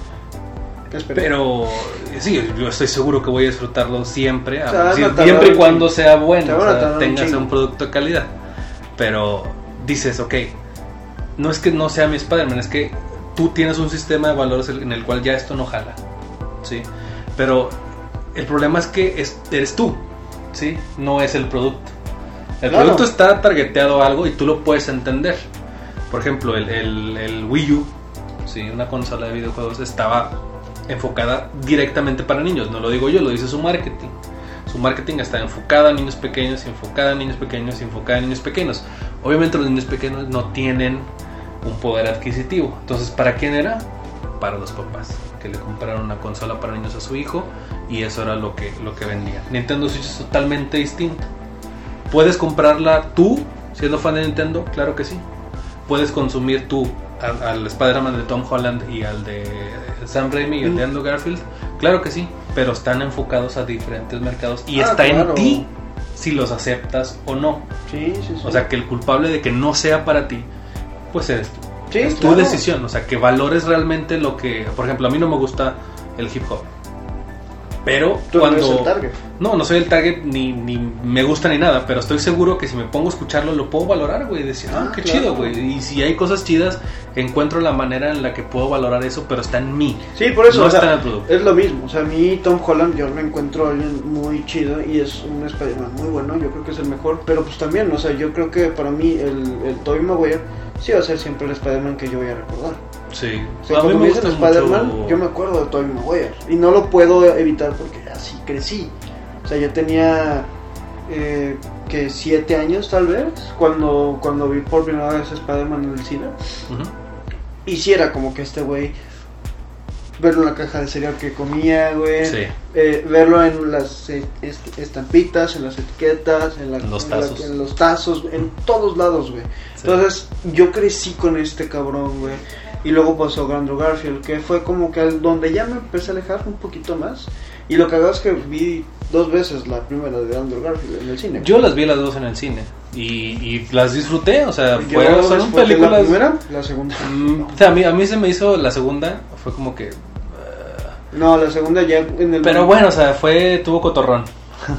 Pero sí, yo estoy seguro que voy a disfrutarlo siempre, siempre y cuando sea bueno, tenga un producto de calidad. Pero dices, ok, no es que no sea mi Spider-Man, es que tú tienes un sistema de valores en el cual ya esto no jala, ¿sí? Pero el problema es que eres tú, ¿sí? No es el producto. El producto está targeteado a algo y tú lo puedes entender. Por ejemplo, el Wii U, ¿sí? Una consola de videojuegos, estaba enfocada directamente para niños. No lo digo yo, lo dice su marketing. Su marketing está enfocada a niños pequeños, enfocada a niños pequeños, enfocada a niños pequeños. Obviamente los niños pequeños no tienen un poder adquisitivo. Entonces, ¿para quién era? Para los papás, que le compraron una consola para niños a su hijo, y eso era lo que vendía. Nintendo Switch es totalmente distinto. ¿Puedes comprarla tú siendo fan de Nintendo? Claro que sí. ¿Puedes consumir tú al Spider-Man de Tom Holland y al de Sam Raimi y el de Andrew Garfield? Claro que sí, pero están enfocados a diferentes mercados y está en ti si los aceptas o no. Sí. O sea, que el culpable de que no sea para ti, pues eres tú. Sí, es tu decisión. O sea, que valores realmente lo que... Por ejemplo, a mí no me gusta el hip hop, pero ¿tú cuando... no eres el target? No soy el target, ni me gusta ni nada, pero estoy seguro que si me pongo a escucharlo lo puedo valorar, güey, decir, qué chido, güey. Y si hay cosas chidas, encuentro la manera en la que puedo valorar eso, pero está en mí. Sí, por eso, no está en el producto. Es lo mismo, o sea, a mí Tom Holland yo lo encuentro alguien muy chido y es un Spider-Man muy bueno, yo creo que es el mejor, pero pues también, o sea, yo creo que para mí el Tobey Maguire sí va a ser siempre el Spider-Man que yo voy a recordar. Sí, o sea, cuando me dicen Spider-Man, yo me acuerdo de Tobey Maguire y no lo puedo evitar porque así crecí. O sea, yo tenía que 7 años tal vez cuando vi por primera vez a Spider-Man en el cine. Y sí era como que este güey, verlo en la caja de cereal que comía, güey, verlo en las estampitas, en las etiquetas, en los tazos, en todos lados, güey. Sí. Entonces yo crecí con este cabrón, güey. Y luego pasó Andrew Garfield, que fue como que donde ya me empecé a alejar un poquito más. Y lo que hago es que vi 2 veces la primera de Andrew Garfield en el cine. Yo las vi las 2 en el cine y las disfruté, o sea, son películas... ¿La primera? La segunda. O sea, a mí se me hizo la segunda, fue como que... No, la segunda ya en el... Pero bueno, o sea, tuvo cotorrón.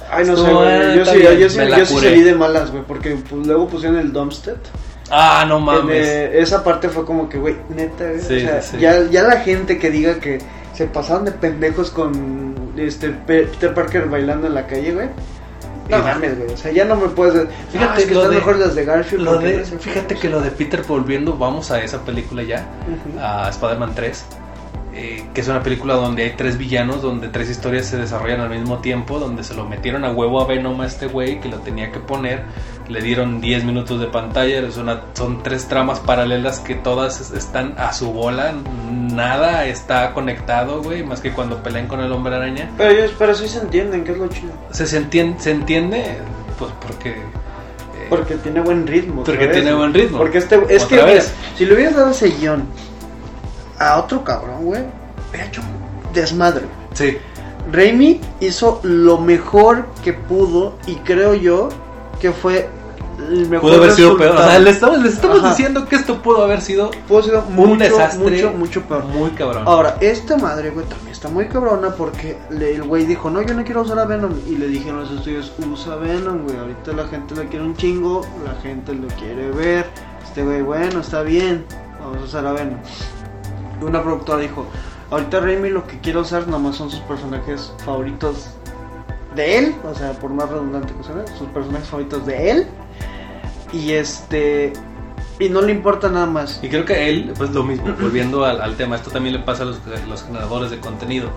Ay, no sé, güey. Yo sí salí de malas, güey, porque pues, luego pusieron el Dumpstead. Ah, no mames. Esa parte fue como que, güey, neta, güey. Sí, o sea, sí. Ya la gente que diga que se pasaron de pendejos con Peter Parker bailando en la calle, güey. No mames, güey. O sea, ya no me puedes. Fíjate que están mejor las de Garfield. Fíjate que lo de Peter, volviendo, vamos a esa película ya, a Spider-Man 3. Que es una película donde hay 3 villanos, donde 3 historias se desarrollan al mismo tiempo, donde se lo metieron a huevo a Venom a este güey que lo tenía que poner, le dieron 10 minutos de pantalla, son 3 tramas paralelas que todas están a su bola, nada está conectado, güey, más que cuando pelean con el Hombre Araña. Pero sí se entienden, que es lo chido. Se entiende, pues porque tiene buen ritmo. Porque tiene buen ritmo. Porque es que, mira, si le hubieras dado ese guión a otro cabrón, güey, hubiera hecho desmadre. Sí. Raimi hizo lo mejor que pudo y creo yo que fue el mejor. Pudo haber sido peor. O sea, le estamos diciendo que esto pudo haber sido un desastre. Mucho peor. Muy cabrón. Ahora, esta madre, güey, también está muy cabrona porque el güey dijo, no, yo no quiero usar a Venom. Y le dijeron a los estudios, usa Venom, güey. Ahorita la gente lo quiere un chingo, la gente lo quiere ver. Este güey, bueno, está bien, vamos a usar a Venom. Y una productora dijo, ahorita Raimi lo que quiere usar nomás son sus personajes favoritos de él, o sea, por más redundante que suene, sus personajes favoritos de él. Y no le importa nada más. Y creo que él, pues lo mismo, volviendo al tema, esto también le pasa a los generadores de contenido.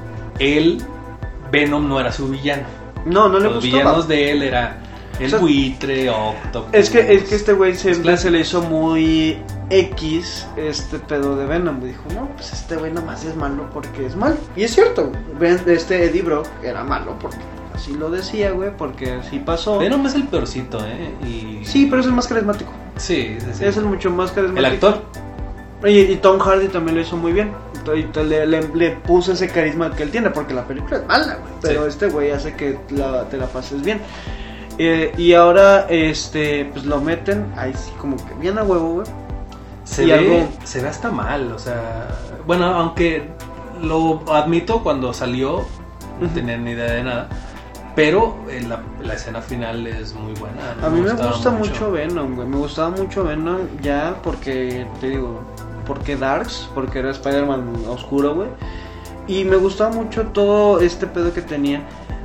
Venom no era su villano. No le gustaba. Los villanos de él era el buitre, Octopus. Es que este güey se le hizo muy X este pedo de Venom. Dijo, no, pues este güey nomás es malo porque es malo. Y es cierto, Eddie Brock era malo porque así lo decía, güey, porque así pasó. Venom es el peorcito, Sí, pero es el más carismático. Sí. Es el mucho más carismático. El actor. Y Tom Hardy también lo hizo muy bien. Le puso ese carisma que él tiene, porque la película es mala, güey. Pero este güey hace que te la pases bien. Y ahora, pues lo meten ahí sí como que bien a huevo, güey. Se ve hasta mal, o sea, bueno, aunque lo admito, cuando salió no tenía ni idea de nada, pero la escena final es muy buena. A mí me gusta mucho Venom, güey, me gustaba mucho Venom ya porque, te digo, porque Darks, porque era Spider-Man oscuro, güey, y me gustaba mucho todo este pedo que tenía.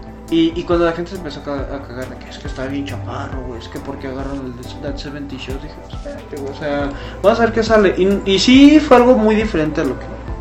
Y cuando la gente se empezó a cagar de que es que está bien chaparro, güey, es que porque agarran el That 70 Show, dije, pues espérate, güey, o sea, vamos a ver qué sale. Y sí fue algo muy diferente a lo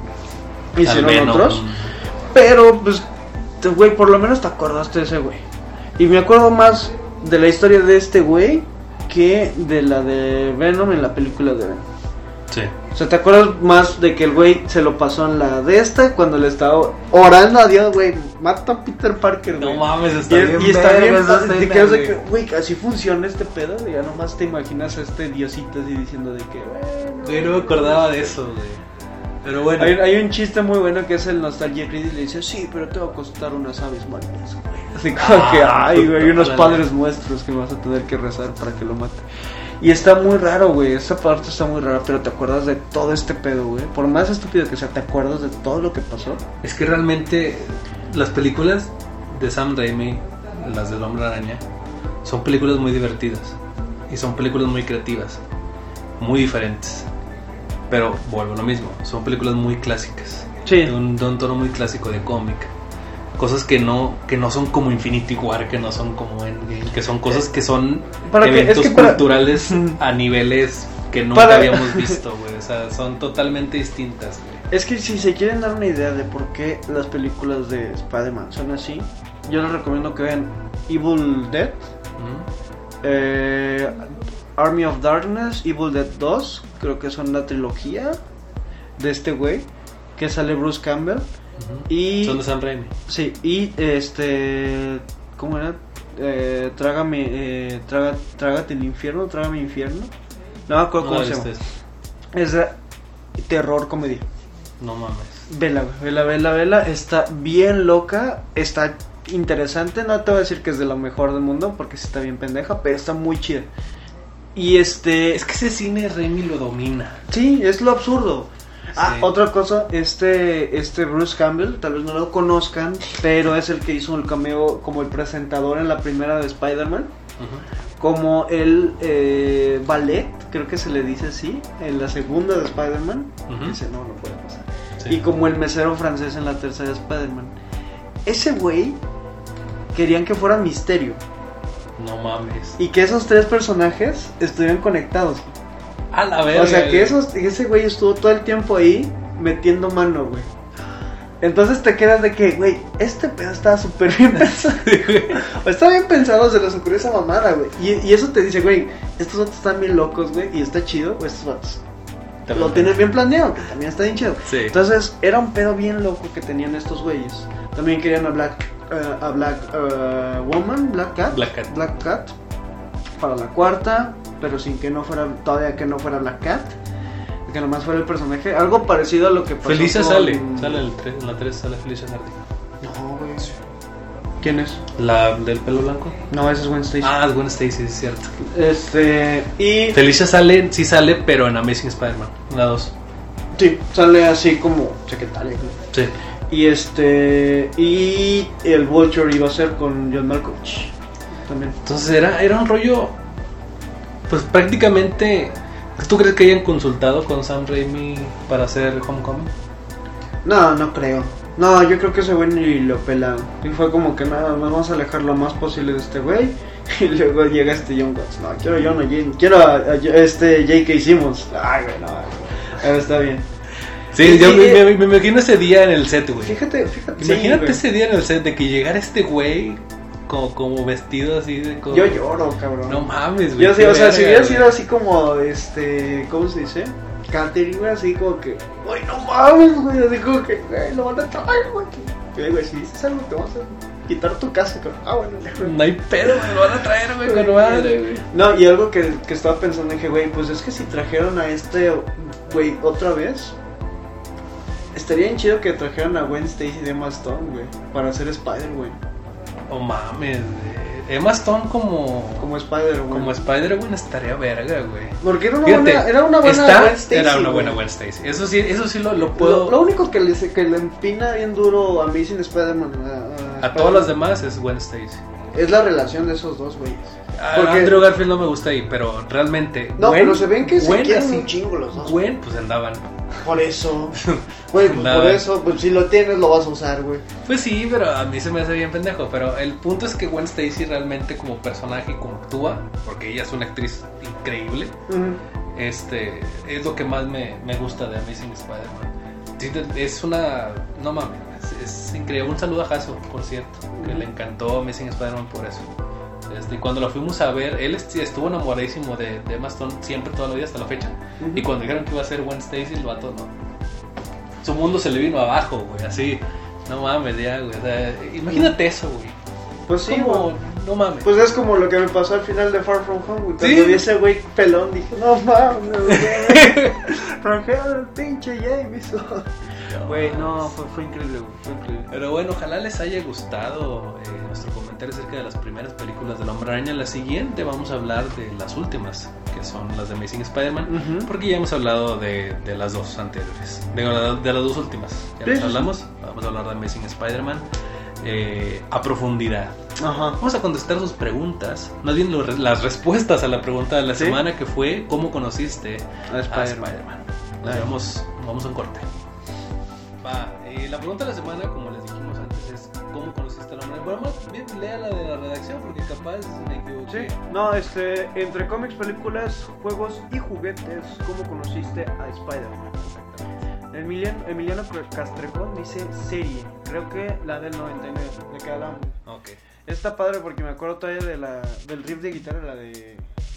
que hicieron otros, pero pues, güey, por lo menos te acordaste de ese güey. Y me acuerdo más de la historia de este güey que de la de Venom en la película de Venom. Sí. O sea, ¿te acuerdas más de que el güey se lo pasó en la de esta cuando le estaba orando a Dios, güey? Mata a Peter Parker, güey. No mames, está bien. Y está bien, güey, así funciona este pedo. Ya nomás te imaginas a este diosito así diciendo de que, güey, no me acordaba de eso, güey. Pero bueno. Hay un chiste muy bueno que es el Nostalgia Reed y le dice, sí, pero te va a costar unas aves marinas, güey. Así como que, ay, güey, unos padres nuestros que vas a tener que rezar para que lo mate. Y está muy raro, güey, esa parte está muy rara, pero te acuerdas de todo este pedo, güey. Por más estúpido que sea, te acuerdas de todo lo que pasó. Es que realmente las películas de Sam Raimi, las del Hombre Araña, son películas muy divertidas. Y son películas muy creativas, muy diferentes. Pero vuelvo a lo mismo, son películas muy clásicas. Sí. De un tono muy clásico de cómic. Cosas que no son como Infinity War, que no son como Endgame, que son cosas que son eventos culturales a niveles que nunca habíamos visto, güey. O sea, son totalmente distintas, güey. Es que si se quieren dar una idea de por qué las películas de Spider-Man son así, yo les recomiendo que vean Evil Dead, Army of Darkness, Evil Dead 2, creo que son la trilogía de este güey, que sale Bruce Campbell. Y son de Sam Raimi. Sí, y ¿cómo era? Trágate el infierno, trágame infierno. No me acuerdo cómo se llama. Es terror comedia. No mames. Vela, está bien loca, está interesante, no te voy a decir que es de lo mejor del mundo porque sí está bien pendeja, pero está muy chida. Y es que ese cine Raimi lo domina. Sí, es lo absurdo. Otra cosa, este Bruce Campbell, tal vez no lo conozcan, pero es el que hizo el cameo como el presentador en la primera de Spider-Man. Como el ballet, creo que se le dice así, en la segunda de Spider-Man. Dice, no puede pasar. Sí. Y como el mesero francés en la tercera de Spider-Man. Ese güey querían que fuera Misterio. No mames. Y que esos 3 personajes estuvieran conectados. A la verga. O sea, que ese güey estuvo todo el tiempo ahí metiendo mano, güey. Entonces te quedas de que, güey, este pedo estaba súper bien pensado. O está bien pensado, se les ocurrió esa mamada, güey. Y eso te dice, güey, estos vatos están bien locos, güey, y está chido, o estos vatos lo tienen bien planeado, que también está bien chido. Sí. Entonces, era un pedo bien loco que tenían estos güeyes. También querían a Black Woman, Black Cat, para la cuarta, pero sin que no fuera, todavía que no fuera Black Cat. Que nomás fuera el personaje, algo parecido a lo que pasó Felicia con... sale en la 3 sale Felicia Sardi. No, güey. ¿Quién es? ¿La del pelo blanco? No, esa es Gwen Stacy. Es Gwen Stacy, es cierto. Y... Felicia sí sale, pero en Amazing Spider-Man, la 2. Sí, sale así como secretaria. Sí. Y el Vulture iba a ser con John Malkovich también. Entonces era un rollo, pues prácticamente... ¿Tú crees que hayan consultado con Sam Raimi para hacer Homecoming? No creo. No, yo creo que ese güey ni lo pelaron. Y fue como que nada, nos vamos a alejar lo más posible de este güey. Y luego llega John Watts. No, quiero a J.K. Simmons. Ay, güey, no. Está bien. Sí, yo me imagino ese día en el set, güey. Fíjate. Imagínate ese día en el set de que llegara este güey como vestido así de como... Yo lloro, cabrón. No mames, güey. Yo sí, o sea, si hubiera sido así como, ¿cómo se dice? Catering, güey, así como que, güey, no mames, güey, así como que, güey, lo van a traer, güey. Güey, si dices algo, te vamos a quitar tu casa, cabrón. Bueno, no hay pedo, me lo van a traer, güey, con madre, güey. No, y algo que estaba pensando, dije, güey, pues es que si trajeron a güey, otra vez, estaría bien chido que trajeran a Gwen Stacy de Emma Stone, güey, para hacer Spider-Man. Oh mames, Emma Stone como Spider-Man. Como Spider-Man estaría verga, güey. Porque era una buena Gwen Stacy. Era una buena Gwen Stacy. Eso sí lo puedo. Lo único que le empina bien duro a Amazing Spider-Man a todos los demás es Gwen Stacy. Es la relación de esos dos güeyes. Porque Andrew Garfield no me gusta ahí, pero realmente. No, pero se ven que se quieren un chingo los dos. Gwen, pues andaban. Por eso. Güey, pues por eso, pues si lo tienes lo vas a usar, güey. Pues sí, pero a mí se me hace bien pendejo. Pero el punto es que Gwen Stacy realmente como personaje, como actúa, porque ella es una actriz increíble, es lo que más me gusta de Amazing Spider-Man. Es una... No mames, es increíble. Un saludo a Hasso, por cierto, que le encantó Amazing Spider-Man por eso. Y cuando lo fuimos a ver, él estuvo enamoradísimo de Emma Stone siempre, toda la vida, hasta la fecha. Y cuando dijeron que iba a ser Gwen Stacy, el vato no. Su mundo se le vino abajo, güey, así. No mames, ya, güey. O sea, imagínate eso, güey. Pues sí, como, no mames. Pues es como lo que me pasó al final de Far From Home, güey. Cuando vi ese güey pelón, dije, no mames, güey. Rangel, el pinche Jameson. Güey, no, fue increíble, güey. Fue increíble. Pero bueno, ojalá les haya gustado nuestro comentario acerca de las primeras películas del Hombre Araña. La siguiente vamos a hablar de las últimas, que son las de Amazing Spider-Man, porque ya hemos hablado de las dos anteriores, de las dos últimas. Ya les hablamos, vamos a hablar de Amazing Spider-Man a profundidad. Vamos a contestar sus preguntas, más bien las respuestas a la pregunta de la semana, que fue ¿cómo conociste a Spider-Man? Vamos a un corte. La pregunta de la semana, como les dijimos antes, es ¿cómo conociste al hombre? Bueno, más bien lea la de la redacción, porque capaz me equivoqué. Sí, no, entre cómics, películas, juegos y juguetes, ¿cómo conociste a Spider-Man? Emiliano Castrejón dice serie, creo que la del 99, de que hablamos. Okay. Está padre porque me acuerdo todavía del riff de guitarra, la de...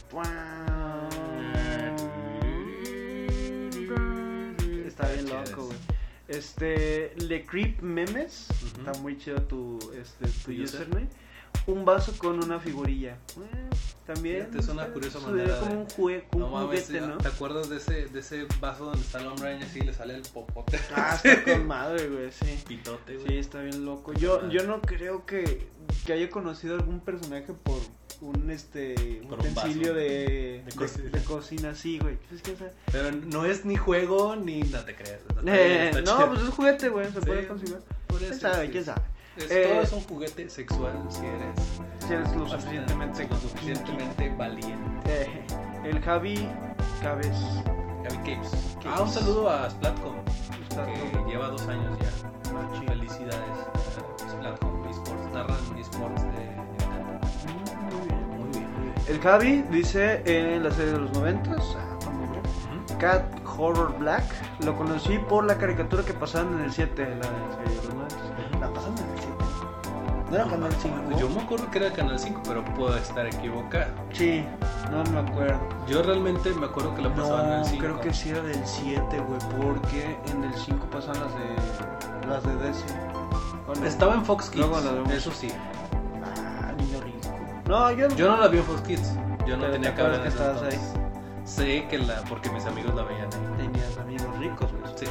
Está bien loco, güey. Le Creep Memes, está muy chido tu username. Un vaso con una figurilla. También es una curiosa manera como un juguete, ¿no? ¿Te acuerdas de ese vaso donde está el hombre araña así y le sale el popote? Está con madre, güey, sí. Pitote, güey. Sí, está bien loco. Yo no creo que haya conocido algún personaje utensilio de cocina, sí, güey. Pero no es ni juego ni no te creas. No, pues es juguete, güey, se puede conseguir. ¿Quién sabe? Todo es un juguete sexual si eres lo suficientemente valiente. El Javi Caves. Un saludo a Splatcom, que lleva 2 años ya. Felicidades a Splatcom eSports, narran eSports de Nintendo. Muy bien. El Javi dice en la serie de los 90s, Cat Horror Black, lo conocí por la caricatura que pasaban en el 7, la serie de los 90s. La pasaban en el 7. ¿No era Canal 5? Yo me acuerdo que era Canal 5, pero puedo estar equivocado. Sí, no me acuerdo. Yo realmente me acuerdo que la pasaban en el 5. Creo que sí era del 7, güey, porque en el 5 pasaban las de DC. Bueno, estaba en Fox Kids, eso sí. Niño rico. No, yo no la vi en Fox Kids. Yo no tenía cable en ese entonces. Ahí. Sé que porque mis amigos la veían ahí. Tenías amigos ricos, güey. Sí.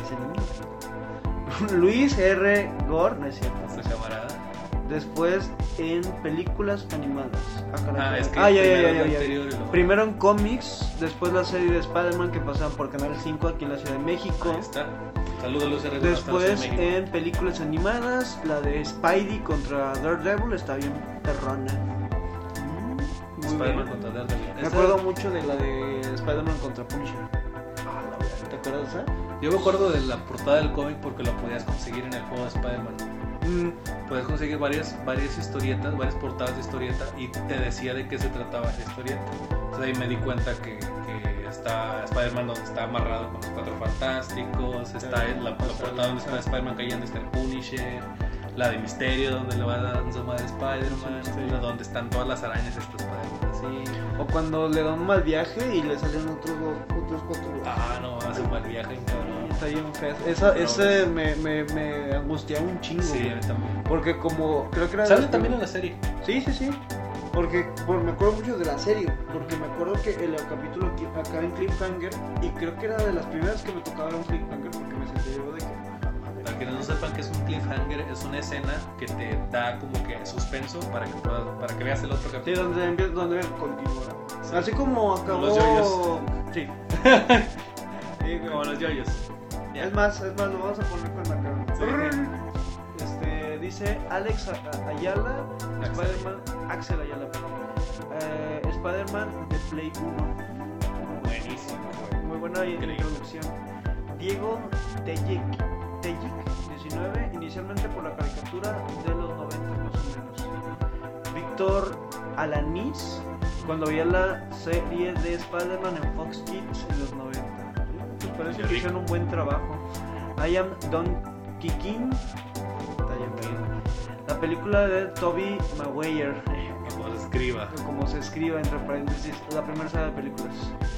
Luis R. Gore, no es cierto. Ese camarada. Después en películas animadas. Es que ya. Primero en cómics, después la serie de Spider-Man que pasaban por Canal 5 aquí en la Ciudad de México. Ahí está. Saludos, Luis R. Después en películas animadas, la de Spidey contra Daredevil está bien perrona. Spider-Man contra Daredevil. Me acuerdo mucho de la de Spider-Man contra Punisher. ¿Te acuerdas de esa? Yo me acuerdo de la portada del cómic porque la podías conseguir en el juego de Spider-Man. Puedes conseguir varias historietas, varias portadas de historieta y te decía de qué se trataba esa historieta. Entonces ahí me di cuenta que está Spider-Man donde está amarrado con los 4 Fantásticos, está la portada donde está Spider-Man cayendo, está el Punisher, la de Misterio donde le va dando madre Spider-Man, donde están todas las arañas estas Spider-Man así. O cuando le dan un mal viaje y le salen otros 4. No, hace un mal viaje, cabrón. Está bien feo. Ese me angustiaba un chingo. Sí, a mí también. Porque como creo que era ¿Sale también en la serie? Sí. Porque me acuerdo mucho de la serie. Porque me acuerdo que el capítulo acá en Cliffhanger, y creo que era de las primeras que me tocaba ver un Cliffhanger, porque me sentí yo de que... Para que no sepan que es un cliffhanger, es una escena que te da como que suspenso para que veas el otro capítulo. Sí, donde continúa. Sí. Así como acabó... Los yoyos. Sí. Como los yoyos. Es más, lo vamos a poner con la cara. Sí. Dice Alex Ayala, Axel Ayala, perdón. Spider-Man de Play 1. Buenísimo, güey. Muy buena introducción. Diego Tellic, 19, inicialmente por la caricatura de los 90 más o menos. Víctor Alanis, cuando veía la serie de Spider-Man en Fox Kids en los 90. Pues parece que hicieron un buen trabajo. I Am Donkey King. La película de Tobey Maguire. Como se escriba entre paréntesis, la primera saga de películas.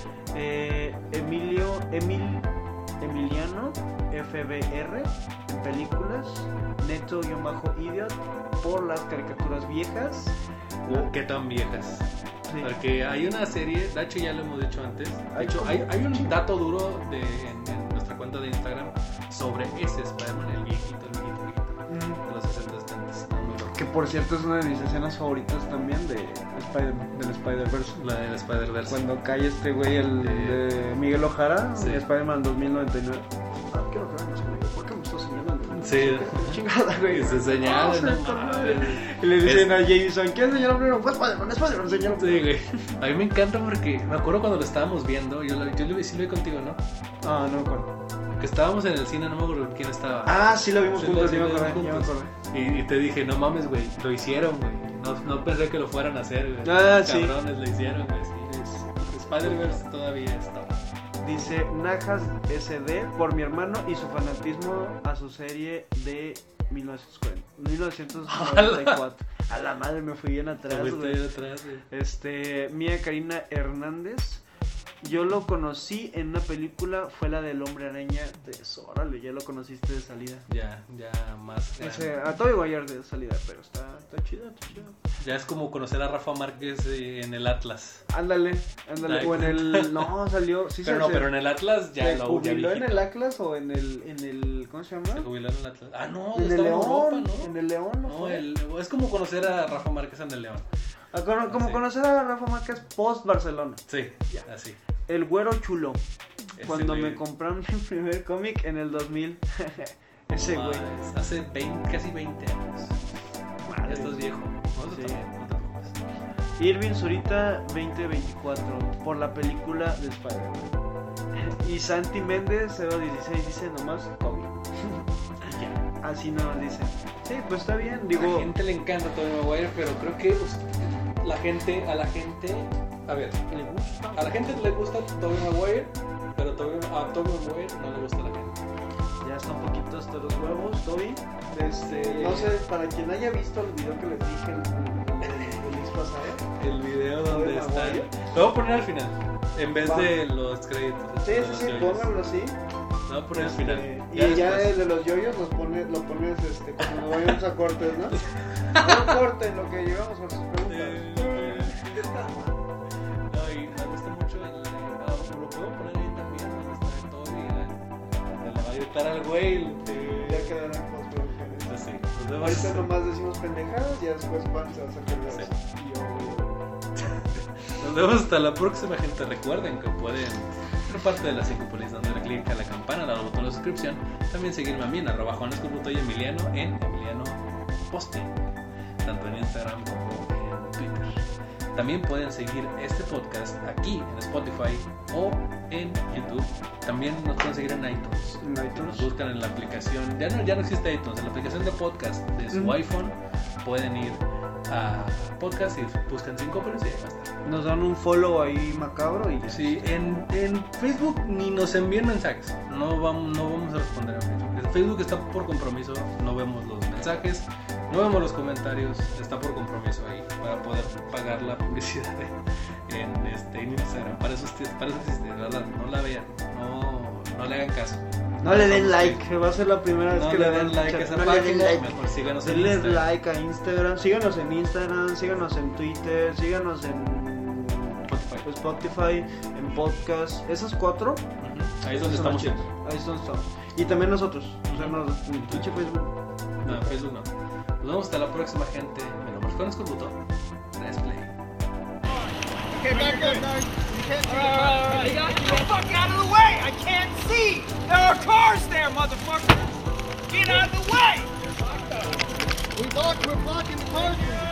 Emiliano FBR en películas. Neto-Idiot por las caricaturas viejas. ¿Qué tan viejas? Sí. Porque hay una serie, de hecho ya lo hemos dicho antes. De hecho, hay un dato duro en nuestra cuenta de Instagram sobre ese Spider-Man, el viejito. De los 60, 70. Que por cierto es una de mis escenas favoritas también de Spider-Man, del Spider-Verse. La del Spider-Verse. Cuando cae este güey, de Miguel Ojara, sí. Spider-Man 2099. Quiero que vengas conmigo, ¿por qué me estás señalando? Sí. Chingada, güey. Se señala, y le dicen a Jameson, ¿quién señaló primero? Pues Spider-Man señaló Sí, primero. güey. A mí me encanta porque me acuerdo cuando lo estábamos viendo, yo sí lo vi contigo, ¿no? No me acuerdo. Que estábamos en el cine, no me acuerdo quién estaba. Sí lo vimos juntos, sí me acuerdo. Y te dije, no mames, güey, lo hicieron, güey. No pensé que lo fueran a hacer, güey. Cabrones, sí. Lo hicieron, güey. Sí. Spider-Verse todavía está. Dice Najas SD por mi hermano y su fanatismo a su serie de 1994. A la madre, me fui bien atrás, güey. Mía Karina Hernández. Yo lo conocí en una película, fue la del Hombre Araña 3. Órale, ya lo conociste de salida. Ya más. A Tobey Maguire de salida, pero está chido. Ya es como conocer a Rafa Márquez en el Atlas. Ándale. O en el... No, salió... Sí, pero en el Atlas ya lo jubiló en el Atlas o en el ¿cómo se llama? Se jubiló en el Atlas. No, en el León. Europa, ¿no? En el León, ¿no? Es como conocer a Rafa Márquez en el León. Como conocer a Rafa Márquez post Barcelona. Sí, ya, así. El güero chulo. Cuando güey. me compraron mi primer cómic en el 2000. Ese güey. Hace casi 20 años. Ya estás viejo. No te preocupes. Irving Zurita 2024 por la película de Spider-Man. Y Santi Méndez 016 dice nomás COVID. Así nos dice. Sí, pues está bien. Digo, a la gente le encanta Tobey Maguire, pero creo que a la gente, a ver, ¿le gusta? A la gente le gusta Tobey Maguire, pero a Tobey Maguire no le gusta a la gente. Ya está un poquito hasta los huevos, Toby. No sé, para quien haya visto el video que les dije el pasado. El video donde está. Lo voy a poner al final, en vez de los créditos. Sí, pónganlo así. Lo voy a poner al final. Y ya el de los yoyos lo pones cuando vayamos a cortes, ¿no? No corten lo que llegamos a sus preguntas. No, y me gusta mucho lo puedo poner ahí también, donde está Toby, le va a gritar al güey. Ya quedarán postproducciones. Sí, ahorita nomás decimos pendejadas y después Juan se va a sacar de eso. Nos vemos hasta la próxima, gente. Recuerden que pueden ser parte de la Psicopolis dándole clic a la campana, al botón de suscripción. También seguirme a mí en @JuanEscobuto y Emiliano en Emiliano Poste, tanto en Instagram como en Twitter. También pueden seguir este podcast aquí en Spotify o en YouTube. También nos pueden seguir en iTunes. Nos buscan en la aplicación, ya no existe iTunes, en la aplicación de podcast de su iPhone pueden ir a podcast y buscan Psicopolis y ahí va a estar. Nos dan un follow ahí macabro y sí, en Facebook ni nos envíen mensajes, no vamos a responder a Facebook. En Facebook está por compromiso, no vemos los mensajes, no vemos los comentarios, está por compromiso ahí para poder pagar la publicidad en Instagram. Para eso existe, de verdad, no la vean, no le hagan caso. No le den like, va a ser la primera vez que le den like a esa página. Mejor síganos en Instagram. Denle like a Instagram, síganos en Instagram, síganos en Twitter, síganos en Spotify, en podcast, esas 4. Ahí es donde estamos. Ahí es donde estamos. Y también nosotros, o sea, en Twitch y Facebook. No, Facebook no. Nos vemos hasta la próxima, gente. Mi nombre es Juan Escobuto. Let's play. Okay, back up, guys. You can't see the Get the fuck out of the way! I can't see! There are cars there, motherfucker! Get out of the way! We're blocking the cars.